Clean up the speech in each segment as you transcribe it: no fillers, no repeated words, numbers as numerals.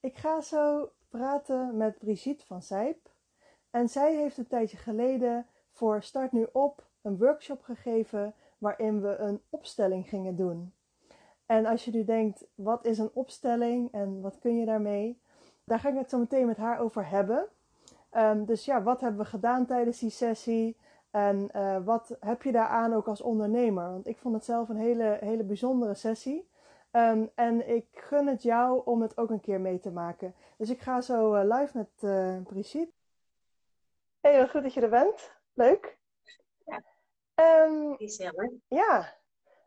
Ik ga zo praten met Brigitte van Zijp. En zij heeft een tijdje geleden voor Start Nu Op een workshop gegeven waarin we een opstelling gingen doen. En als je nu denkt, wat is een opstelling en wat kun je daarmee? Daar ga ik het zo meteen met haar over hebben. Dus ja, wat hebben we gedaan tijdens die sessie? En wat heb je daaraan ook als ondernemer? Want ik vond het zelf een hele bijzondere sessie. En ik gun het jou om het ook een keer mee te maken. Dus ik ga zo live met Brigitte. Hey, wat goed dat je er bent. Leuk. Ja, gezellig. Ja.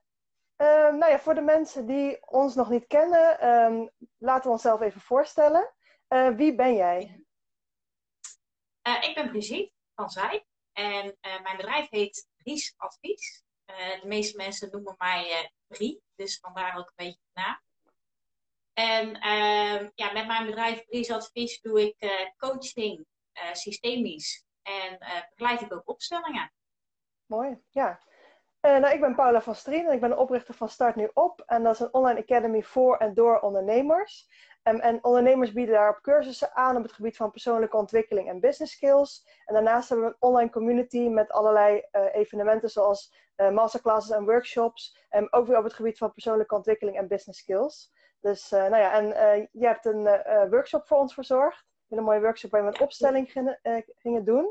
Nou ja, voor de mensen die ons nog niet kennen, laten we onszelf even voorstellen. Wie ben jij? Ik ben Brigitte van Zij en mijn bedrijf heet Bries Advies. De meeste mensen noemen mij Brie, dus vandaar ook een beetje de naam. En ja, met mijn bedrijf Bries Advies doe ik coaching systemisch en begeleid ik ook opstellingen. Mooi, ja. Nou, ik ben Paula van Strien en ik ben de oprichter van Start Nu Op. En dat is een online academy voor en door ondernemers. En ondernemers bieden daarop cursussen aan op het gebied van persoonlijke ontwikkeling en business skills. En daarnaast hebben we een online community met allerlei evenementen zoals masterclasses en workshops. En ook weer op het gebied van persoonlijke ontwikkeling en business skills. Dus nou ja, en je hebt een workshop voor ons verzorgd. Een hele mooie workshop waar we een opstelling gingen doen.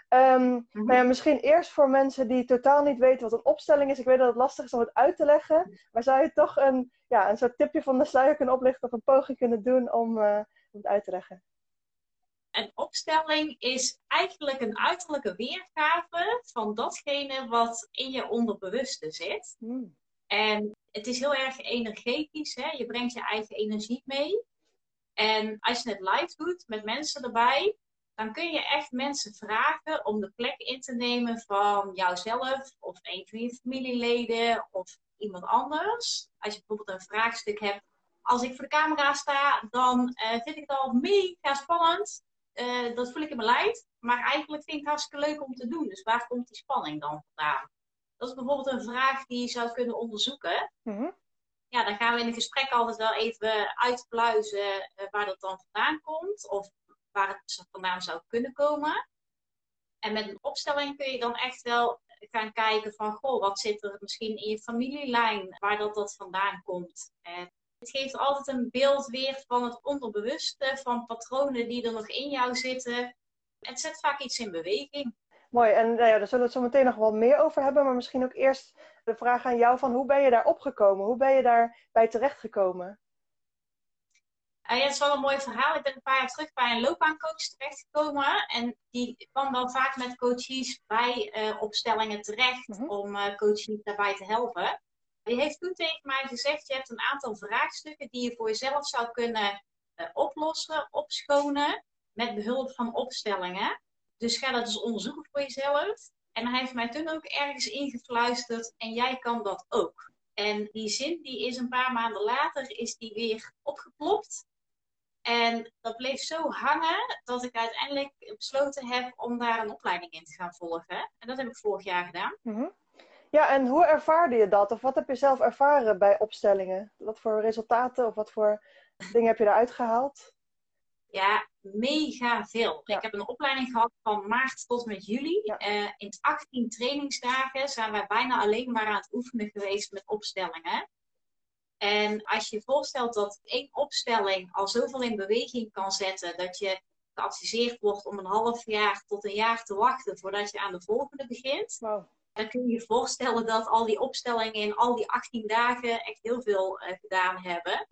Nou ja, misschien eerst voor mensen die totaal niet weten wat een opstelling is. Ik weet dat het lastig is om het uit te leggen. Maar zou je toch een soort tipje van de sluier kunnen oplichten of een poging kunnen doen om het uit te leggen? Een opstelling is eigenlijk een uiterlijke weergave van datgene wat in je onderbewuste zit. En het is heel erg energetisch, hè? Je brengt je eigen energie mee. En als je het live doet met mensen erbij, dan kun je echt mensen vragen om de plek in te nemen van jouzelf of een van je familieleden of iemand anders. Als je bijvoorbeeld een vraagstuk hebt, als ik voor de camera sta, dan vind ik het al mega spannend. Dat voel ik in mijn lijf. Maar eigenlijk vind ik het hartstikke leuk om te doen. Dus waar komt die spanning dan vandaan? Dat is bijvoorbeeld een vraag die je zou kunnen onderzoeken. Ja, dan gaan we in een gesprek altijd wel even uitpluizen waar dat dan vandaan komt. Of waar het vandaan zou kunnen komen. En met een opstelling kun je dan echt wel gaan kijken van, goh, wat zit er misschien in je familielijn, waar dat vandaan komt. En het geeft altijd een beeld weer van het onderbewuste, van patronen die er nog in jou zitten. Het zet vaak iets in beweging. Mooi, en nou ja, daar zullen we het zo meteen nog wel meer over hebben. Maar misschien ook eerst de vraag aan jou van hoe ben je daar opgekomen? Hoe ben je daarbij terechtgekomen? Ja, het is wel een mooi verhaal. Ik ben een paar jaar terug bij een loopbaancoach terechtgekomen. En die kwam dan vaak met coaches bij opstellingen terecht om coaches daarbij te helpen. Die heeft toen tegen mij gezegd, je hebt een aantal vraagstukken die je voor jezelf zou kunnen oplossen, opschonen, met behulp van opstellingen. Dus ga dat eens onderzoeken voor jezelf. En hij heeft mij toen ook ergens ingefluisterd, en jij kan dat ook. En die zin die is een paar maanden later is die weer opgeplopt. En dat bleef zo hangen dat ik uiteindelijk besloten heb om daar een opleiding in te gaan volgen. En dat heb ik vorig jaar gedaan. Ja, en hoe ervaarde je dat? Of wat heb je zelf ervaren bij opstellingen? Wat voor resultaten of wat voor dingen heb je eruit gehaald? Ja, mega veel. Ja. Ik heb een opleiding gehad van maart tot met juli. Ja. In 18 trainingsdagen zijn wij bijna alleen maar aan het oefenen geweest met opstellingen. En als je je voorstelt dat één opstelling al zoveel in beweging kan zetten, dat je geadviseerd wordt om een half jaar tot een jaar te wachten voordat je aan de volgende begint. Wow. Dan kun je je voorstellen dat al die opstellingen in al die 18 dagen echt heel veel gedaan hebben.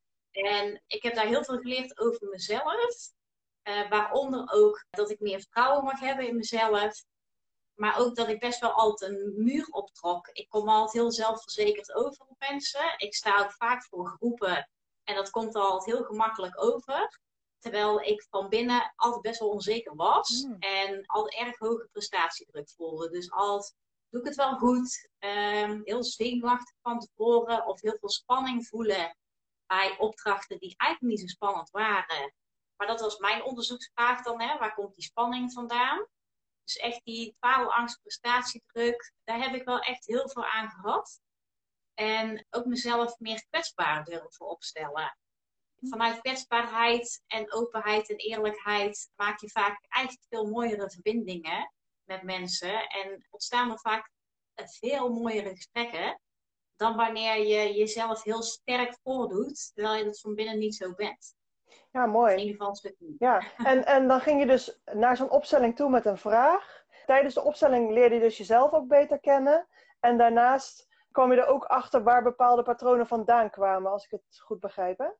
En ik heb daar heel veel geleerd over mezelf. Waaronder ook dat ik meer vertrouwen mag hebben in mezelf. Maar ook dat ik best wel altijd een muur optrok. Ik kom altijd heel zelfverzekerd over op mensen. Ik sta ook vaak voor groepen. En dat komt altijd heel gemakkelijk over. Terwijl ik van binnen altijd best wel onzeker was. En altijd erg hoge prestatiedruk voelde. Dus altijd, doe ik het wel goed? Heel zenuwachtig van tevoren. Of heel veel spanning voelen bij opdrachten die eigenlijk niet zo spannend waren. Maar dat was mijn onderzoeksvraag dan. Hè? Waar komt die spanning vandaan? Dus echt die faalangst, prestatiedruk, daar heb ik wel echt heel veel aan gehad. En ook mezelf meer kwetsbaar durven opstellen. vanuit kwetsbaarheid en openheid en eerlijkheid maak je vaak eigenlijk veel mooiere verbindingen met mensen. En ontstaan er vaak veel mooiere gesprekken dan wanneer je jezelf heel sterk voordoet, terwijl je dat van binnen niet zo bent. Ja, mooi. In ieder geval een stuk niet. Ja, en dan ging je dus naar zo'n opstelling toe met een vraag. Tijdens de opstelling leerde je dus jezelf ook beter kennen. En daarnaast kwam je er ook achter waar bepaalde patronen vandaan kwamen, als ik het goed begrijp, hè?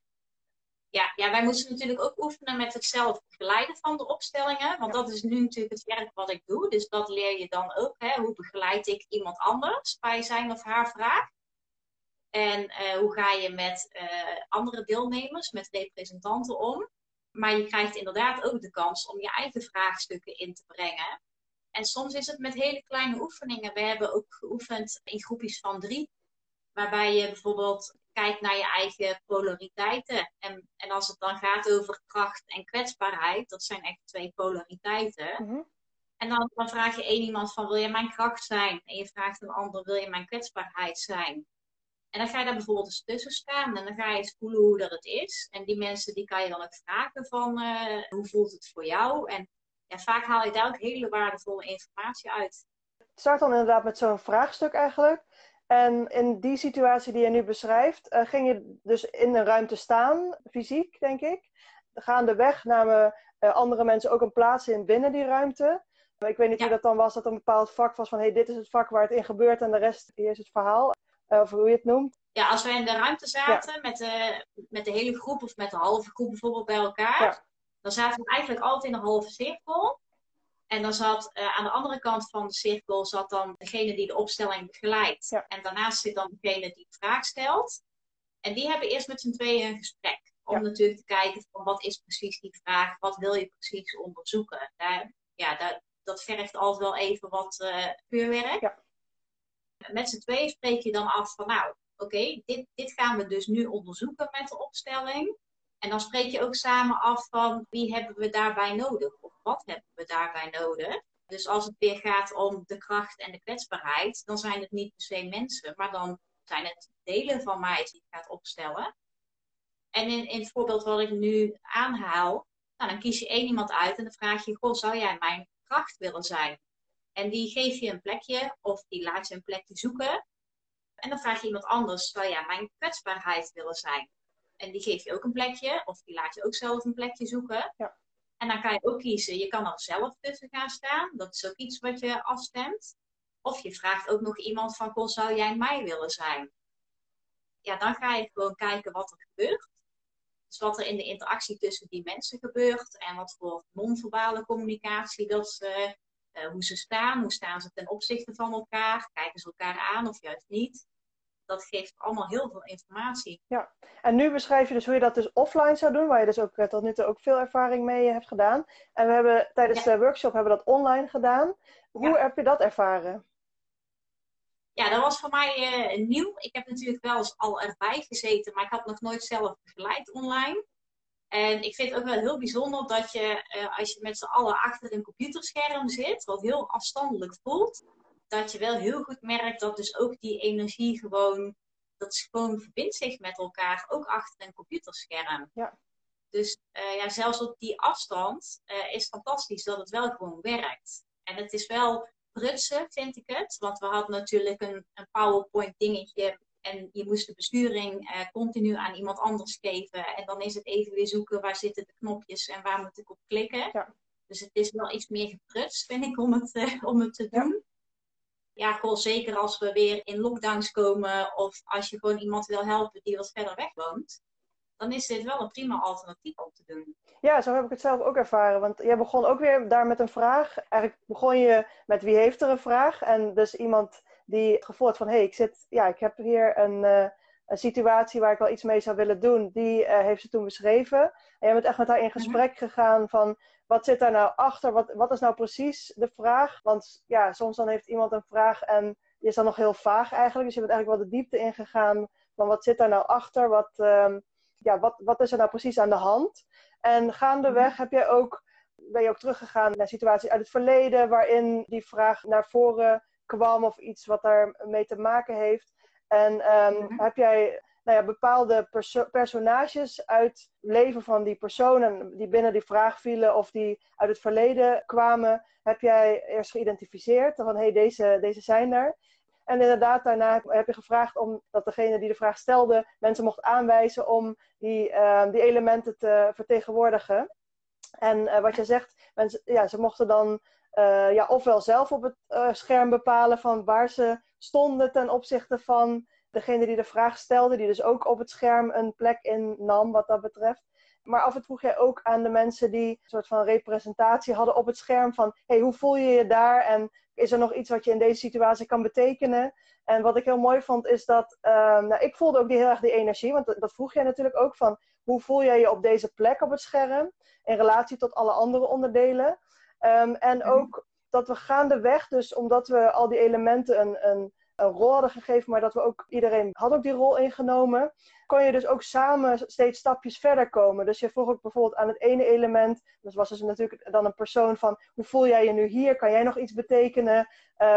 Ja, wij moesten natuurlijk ook oefenen met het zelf begeleiden van de opstellingen. Want dat is nu natuurlijk het werk wat ik doe. Dus dat leer je dan ook. Hè? Hoe begeleid ik iemand anders bij zijn of haar vraag? En hoe ga je met andere deelnemers, met representanten om? Maar je krijgt inderdaad ook de kans om je eigen vraagstukken in te brengen. En soms is het met hele kleine oefeningen. We hebben ook geoefend in groepjes van 3. Waarbij je bijvoorbeeld kijkt naar je eigen polariteiten. En als het dan gaat over kracht en kwetsbaarheid, dat zijn echt 2 polariteiten. Mm-hmm. En dan vraag je één iemand van, wil je mijn kracht zijn? En je vraagt een ander, wil je mijn kwetsbaarheid zijn? En dan ga je daar bijvoorbeeld eens tussen staan. En dan ga je eens voelen hoe dat het is. En die mensen die kan je dan ook vragen van, hoe voelt het voor jou? En ja, vaak haal je daar ook hele waardevolle informatie uit. Het start dan inderdaad met zo'n vraagstuk eigenlijk. En in die situatie die je nu beschrijft, ging je dus in een ruimte staan, fysiek denk ik. Gaandeweg namen andere mensen ook een plaats in binnen die ruimte. Ik weet niet hoe dat dan was, dat een bepaald vak was van hey, dit is het vak waar het in gebeurt en de rest hier is het verhaal. Of hoe je het noemt. Ja, als wij in de ruimte zaten met de hele groep of met de halve groep bijvoorbeeld bij elkaar, dan zaten we eigenlijk altijd in een halve cirkel. En dan zat aan de andere kant van de cirkel zat dan degene die de opstelling begeleidt. Ja. En daarnaast zit dan degene die de vraag stelt. En die hebben eerst met z'n tweeën een gesprek. Om natuurlijk te kijken van wat is precies die vraag, wat wil je precies onderzoeken. Dat vergt altijd wel even wat vuurwerk. Ja. Met z'n tweeën spreek je dan af van nou, oké, dit gaan we dus nu onderzoeken met de opstelling. En dan spreek je ook samen af van wie hebben we daarbij nodig? Of wat hebben we daarbij nodig? Dus als het weer gaat om de kracht en de kwetsbaarheid, dan zijn het niet per se mensen, maar dan zijn het delen van mij die ik ga opstellen. En in het voorbeeld wat ik nu aanhaal, nou, dan kies je één iemand uit en dan vraag je, goh, zou jij mijn kracht willen zijn? En die geef je een plekje of die laat je een plekje zoeken. En dan vraag je iemand anders, zou jij mijn kwetsbaarheid willen zijn? En die geef je ook een plekje of die laat je ook zelf een plekje zoeken. Ja. En dan kan je ook kiezen, je kan er zelf tussen gaan staan. Dat is ook iets wat je afstemt. Of je vraagt ook nog iemand van, goh, zou jij mij willen zijn? Ja, dan ga je gewoon kijken wat er gebeurt. Dus wat er in de interactie tussen die mensen gebeurt. En wat voor non-verbale communicatie dat ze... hoe ze staan, hoe staan ze ten opzichte van elkaar, kijken ze elkaar aan of juist niet. Dat geeft allemaal heel veel informatie. Ja, en nu beschrijf je dus hoe je dat dus offline zou doen, waar je dus ook tot nu toe ook veel ervaring mee hebt gedaan. En we hebben tijdens de workshop hebben we dat online gedaan. Hoe heb je dat ervaren? Ja, dat was voor mij nieuw. Ik heb natuurlijk wel eens al erbij gezeten, maar ik had nog nooit zelf begeleid online. En ik vind het ook wel heel bijzonder dat je, als je met z'n allen achter een computerscherm zit, wat heel afstandelijk voelt, dat je wel heel goed merkt dat dus ook die energie gewoon, dat gewoon verbindt zich met elkaar, ook achter een computerscherm. Ja. Dus zelfs op die afstand is het fantastisch dat het wel gewoon werkt. En het is wel prutsen, vind ik het, want we hadden natuurlijk een PowerPoint dingetje. En je moest de besturing continu aan iemand anders geven. En dan is het even weer zoeken waar zitten de knopjes en waar moet ik op klikken. Ja. Dus het is wel iets meer geprutst, vind ik, om het te doen. Ja, goh, zeker als we weer in lockdowns komen of als je gewoon iemand wil helpen die wat verder weg woont. Dan is dit wel een prima alternatief om te doen. Ja, zo heb ik het zelf ook ervaren. Want jij begon ook weer daar met een vraag. Eigenlijk begon je met wie heeft er een vraag. En dus iemand die het gevoel had van hey, ik heb hier een situatie waar ik wel iets mee zou willen doen. Die heeft ze toen beschreven. En jij bent echt met haar in gesprek gegaan van wat zit daar nou achter? Wat is nou precies de vraag? Want ja, soms dan heeft iemand een vraag en die is dan nog heel vaag eigenlijk. Dus je bent eigenlijk wel de diepte ingegaan van wat zit daar nou achter? Wat is er nou precies aan de hand? En gaandeweg ben je ook teruggegaan naar situaties uit het verleden waarin die vraag naar voren kwam of iets wat daarmee te maken heeft. En heb jij nou ja, bepaalde personages uit het leven van die persoon en die binnen die vraag vielen of die uit het verleden kwamen, heb jij eerst geïdentificeerd van hey, deze zijn er. En inderdaad, daarna heb je gevraagd om dat degene die de vraag stelde mensen mocht aanwijzen om die elementen te vertegenwoordigen. En wat je zegt, mensen, ja, ze mochten dan ofwel zelf op het scherm bepalen van waar ze stonden ten opzichte van degene die de vraag stelde, die dus ook op het scherm een plek innam wat dat betreft. Maar af en toe vroeg jij ook aan de mensen die een soort van representatie hadden op het scherm van hey, hoe voel je je daar en is er nog iets wat je in deze situatie kan betekenen? En wat ik heel mooi vond is dat, ik voelde ook heel erg die energie, want dat vroeg jij natuurlijk ook van hoe voel jij je op deze plek op het scherm in relatie tot alle andere onderdelen. En ook dat we gaandeweg, dus omdat we al die elementen een rol hadden gegeven, maar dat we ook, iedereen had ook die rol ingenomen, kon je dus ook samen steeds stapjes verder komen. Dus je vroeg ook bijvoorbeeld aan het ene element, dat was dus natuurlijk dan een persoon van, hoe voel jij je nu hier? Kan jij nog iets betekenen?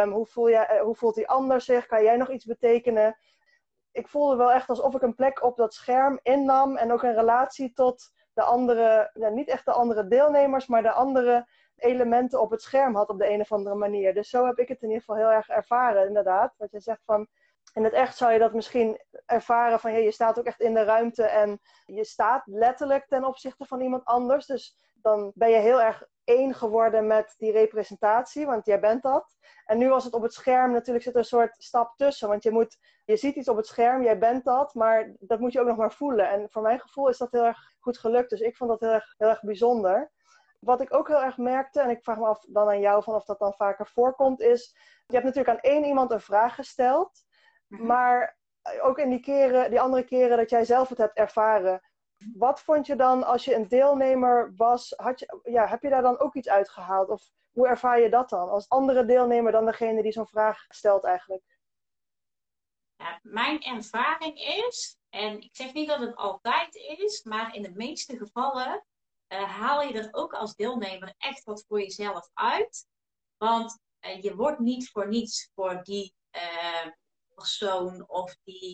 Hoe voelt die ander zich? Kan jij nog iets betekenen? Ik voelde wel echt alsof ik een plek op dat scherm innam en ook een relatie tot de andere, niet echt de andere deelnemers, maar de andere elementen op het scherm had op de een of andere manier. Dus zo heb ik het in ieder geval heel erg ervaren, inderdaad. Wat je zegt van, in het echt zou je dat misschien ervaren van, je staat ook echt in de ruimte en je staat letterlijk ten opzichte van iemand anders. Dus dan ben je heel erg één geworden met die representatie, want jij bent dat. En nu was het op het scherm, natuurlijk zit er een soort stap tussen, want je ziet iets op het scherm, jij bent dat, maar dat moet je ook nog maar voelen. En voor mijn gevoel is dat heel erg goed gelukt, dus ik vond dat heel erg bijzonder. Wat ik ook heel erg merkte, en ik vraag me af dan aan jou van of dat dan vaker voorkomt, is, je hebt natuurlijk aan één iemand een vraag gesteld, maar ook in die andere keren dat jij zelf het hebt ervaren, wat vond je dan als je een deelnemer was, heb je daar dan ook iets uitgehaald? Of hoe ervaar je dat dan als andere deelnemer dan degene die zo'n vraag stelt eigenlijk? Ja, mijn ervaring is, en ik zeg niet dat het altijd is, maar in de meeste gevallen haal je er ook als deelnemer echt wat voor jezelf uit. Want je wordt niet voor niets voor die persoon of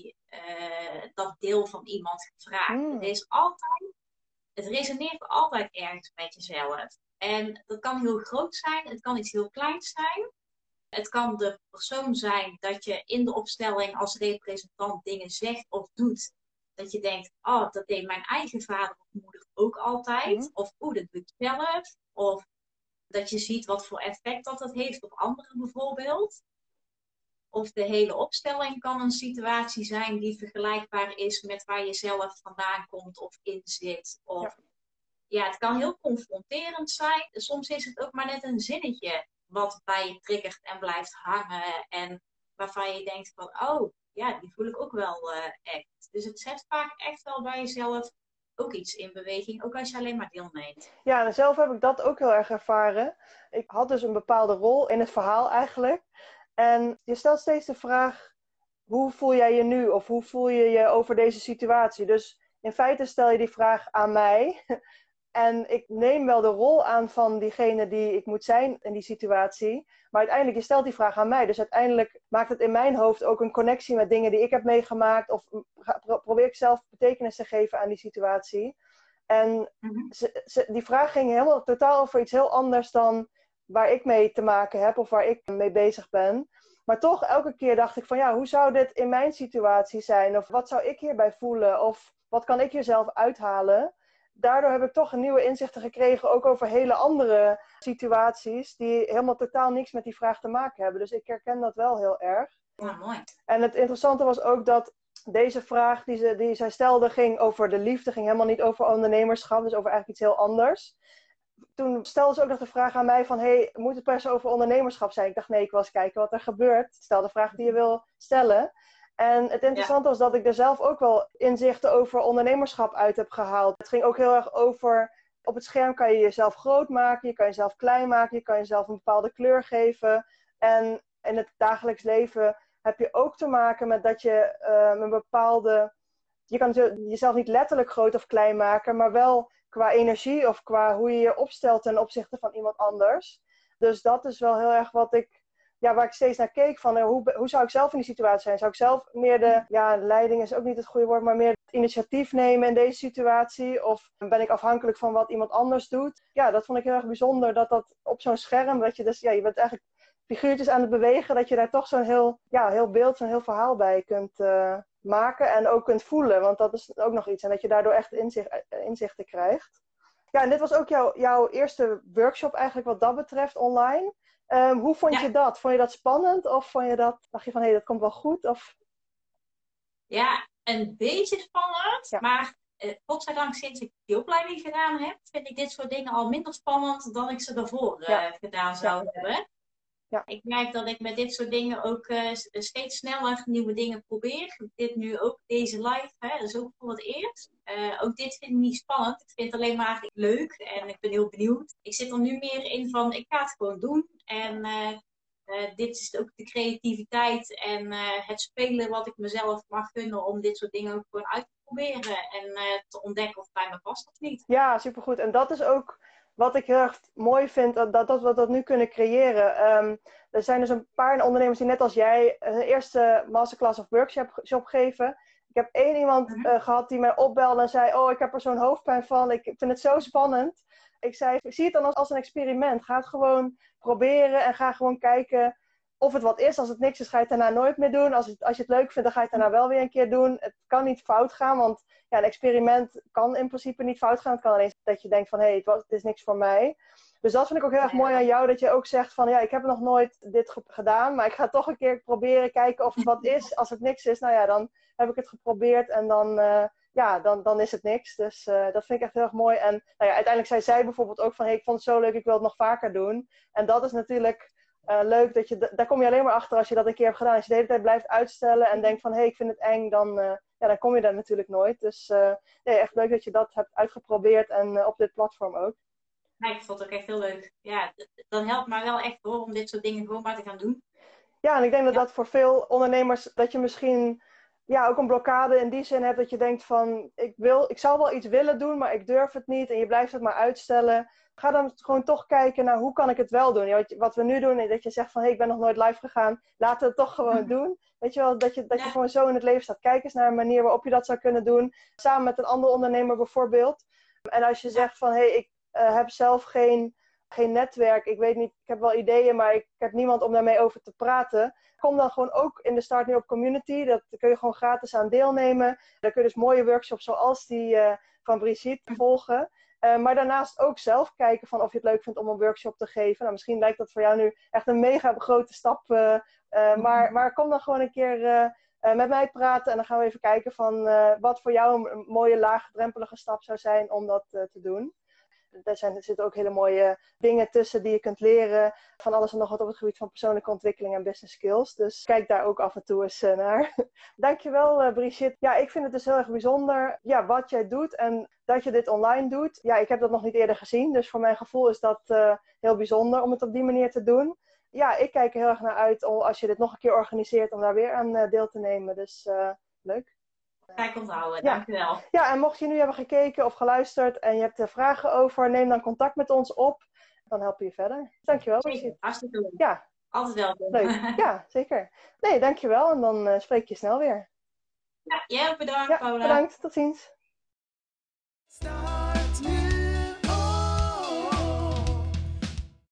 dat deel van iemand gevraagd. Het resoneert altijd ergens met jezelf. En dat kan heel groot zijn, het kan iets heel kleins zijn. Het kan de persoon zijn dat je in de opstelling als representant dingen zegt of doet. Dat je denkt, oh, dat deed mijn eigen vader of moeder ook altijd. Of, dat doe ik zelf. Of dat je ziet wat voor effect dat heeft op anderen bijvoorbeeld. Of de hele opstelling kan een situatie zijn die vergelijkbaar is met waar je zelf vandaan komt of in zit. Of, het kan heel confronterend zijn. Soms is het ook maar net een zinnetje wat bij je triggert en blijft hangen. En waarvan je denkt van, oh, ja, die voel ik ook wel echt. Dus het zet vaak echt wel bij jezelf ook iets in beweging. Ook als je alleen maar deelneemt. Ja, en zelf heb ik dat ook heel erg ervaren. Ik had dus een bepaalde rol in het verhaal eigenlijk. En je stelt steeds de vraag, hoe voel jij je nu? Of hoe voel je je over deze situatie? Dus in feite stel je die vraag aan mij. En ik neem wel de rol aan van diegene die ik moet zijn in die situatie. Maar uiteindelijk, je stelt die vraag aan mij. Dus uiteindelijk maakt het in mijn hoofd ook een connectie met dingen die ik heb meegemaakt. Of probeer ik zelf betekenis te geven aan die situatie. En die vraag ging helemaal totaal over iets heel anders dan waar ik mee te maken heb. Of waar ik mee bezig ben. Maar toch, elke keer dacht ik van hoe zou dit in mijn situatie zijn? Of wat zou ik hierbij voelen? Of wat kan ik hier zelf uithalen? Daardoor heb ik toch een nieuwe inzichten gekregen, ook over hele andere situaties, die helemaal totaal niks met die vraag te maken hebben. Dus ik herken dat wel heel erg. Ja, mooi. En het interessante was ook dat deze vraag die zij stelde, ging over de liefde, ging helemaal niet over ondernemerschap, dus over eigenlijk iets heel anders. Toen stelde ze ook nog de vraag aan mij van, moet het per se over ondernemerschap zijn? Ik dacht, nee, ik wil eens kijken wat er gebeurt. Stel de vraag die je wil stellen. En het interessante was dat ik er zelf ook wel inzichten over ondernemerschap uit heb gehaald. Het ging ook heel erg over, op het scherm kan je jezelf groot maken, je kan jezelf klein maken, je kan jezelf een bepaalde kleur geven. En in het dagelijks leven heb je ook te maken met dat je een bepaalde... Je kan jezelf niet letterlijk groot of klein maken, maar wel qua energie of qua hoe je je opstelt ten opzichte van iemand anders. Dus dat is wel heel erg wat ik waar ik steeds naar keek van hoe zou ik zelf in die situatie zijn? Zou ik zelf meer de leiding is ook niet het goede woord, maar meer het initiatief nemen in deze situatie? Of ben ik afhankelijk van wat iemand anders doet? Ja, dat vond ik heel erg bijzonder, dat op zo'n scherm, dat je dus, je bent eigenlijk figuurtjes aan het bewegen, dat je daar toch zo'n heel beeld, zo'n heel verhaal bij kunt maken en ook kunt voelen, want dat is ook nog iets. En dat je daardoor echt inzichten krijgt. Ja, en dit was ook jouw eerste workshop eigenlijk wat dat betreft online. Hoe vond je dat? Vond je dat spannend? Of dacht je van, dat komt wel goed? Of... Ja, een beetje spannend. Maar godzijdank sinds ik die opleiding gedaan heb, vind ik dit soort dingen al minder spannend dan ik ze daarvoor gedaan zou hebben. Ja. Ik merk dat ik met dit soort dingen ook steeds sneller nieuwe dingen probeer. Dit nu ook, deze live, dat is ook voor het eerst. Ook dit vind ik niet spannend. Ik vind het alleen maar leuk en ik ben heel benieuwd. Ik zit er nu meer in van, ik ga het gewoon doen. En dit is ook de creativiteit en het spelen wat ik mezelf mag gunnen om dit soort dingen ook gewoon uit te proberen. En te ontdekken of het bij me past of niet. Ja, supergoed. En dat is ook wat ik heel erg mooi vind, dat we dat nu kunnen creëren. Er zijn dus een paar ondernemers die net als jij hun eerste masterclass of workshop geven. Ik heb één iemand gehad die mij opbelde en zei, ik heb er zo'n hoofdpijn van, ik vind het zo spannend. Ik zei, zie het dan als een experiment. Ga het gewoon proberen en ga gewoon kijken of het wat is. Als het niks is, ga je het daarna nooit meer doen. Als je het leuk vindt, dan ga je het daarna wel weer een keer doen. Het kan niet fout gaan, want een experiment kan in principe niet fout gaan. Het kan alleen dat je denkt van, het is niks voor mij. Dus dat vind ik ook heel erg mooi aan jou, dat je ook zegt van, ik heb nog nooit dit gedaan, maar ik ga toch een keer proberen, kijken of het wat is. Als het niks is, dan heb ik het geprobeerd en dan is het niks. Dus dat vind ik echt heel erg mooi. En uiteindelijk zei zij bijvoorbeeld ook van, ik vond het zo leuk, ik wil het nog vaker doen. En dat is natuurlijk leuk, daar kom je alleen maar achter als je dat een keer hebt gedaan. Als je de hele tijd blijft uitstellen en denkt van, ik vind het eng, dan kom je daar natuurlijk nooit. Dus echt leuk dat je dat hebt uitgeprobeerd en op dit platform ook. Ja, ik vond het ook echt heel leuk. Ja, dat helpt mij wel echt hoor, om dit soort dingen gewoon maar te gaan doen. Ja, en ik denk dat voor veel ondernemers, dat je misschien ook een blokkade in die zin hebt, dat je denkt van, ik zou wel iets willen doen, maar ik durf het niet en je blijft het maar uitstellen. Ga dan gewoon toch kijken naar hoe kan ik het wel doen. Ja, wat we nu doen, is dat je zegt van, ik ben nog nooit live gegaan, laten we het toch gewoon doen. Weet je wel, dat je gewoon zo in het leven staat. Kijk eens naar een manier waarop je dat zou kunnen doen, samen met een andere ondernemer bijvoorbeeld. En als je zegt van, ik heb zelf geen netwerk, ik weet niet, ik heb wel ideeën, maar ik heb niemand om daarmee over te praten. Kom dan gewoon ook in de Start Nu Op Community. Daar kun je gewoon gratis aan deelnemen. Daar kun je dus mooie workshops zoals die van Brigitte volgen. Maar daarnaast ook zelf kijken van of je het leuk vindt om een workshop te geven. Nou, misschien lijkt dat voor jou nu echt een mega grote stap. Maar kom dan gewoon een keer met mij praten. En dan gaan we even kijken van wat voor jou een mooie laagdrempelige stap zou zijn om dat te doen. Er zitten ook hele mooie dingen tussen die je kunt leren. Van alles en nog wat op het gebied van persoonlijke ontwikkeling en business skills. Dus kijk daar ook af en toe eens naar. Dankjewel Brigitte. Ja, ik vind het dus heel erg bijzonder wat jij doet en dat je dit online doet. Ja, ik heb dat nog niet eerder gezien. Dus voor mijn gevoel is dat heel bijzonder om het op die manier te doen. Ja, ik kijk er heel erg naar uit als je dit nog een keer organiseert om daar weer aan deel te nemen. Dus leuk. Ga ik onthouden, dankjewel. Ja, en mocht je nu hebben gekeken of geluisterd en je hebt er vragen over, neem dan contact met ons op. Dan helpen we je verder. Dankjewel. Zeker, hartstikke leuk. Ja. Altijd welkom. Leuk. Ja, zeker. Nee, dankjewel. En dan spreek ik je snel weer. Ja, jij bedankt, Paula. Bedankt. Tot ziens.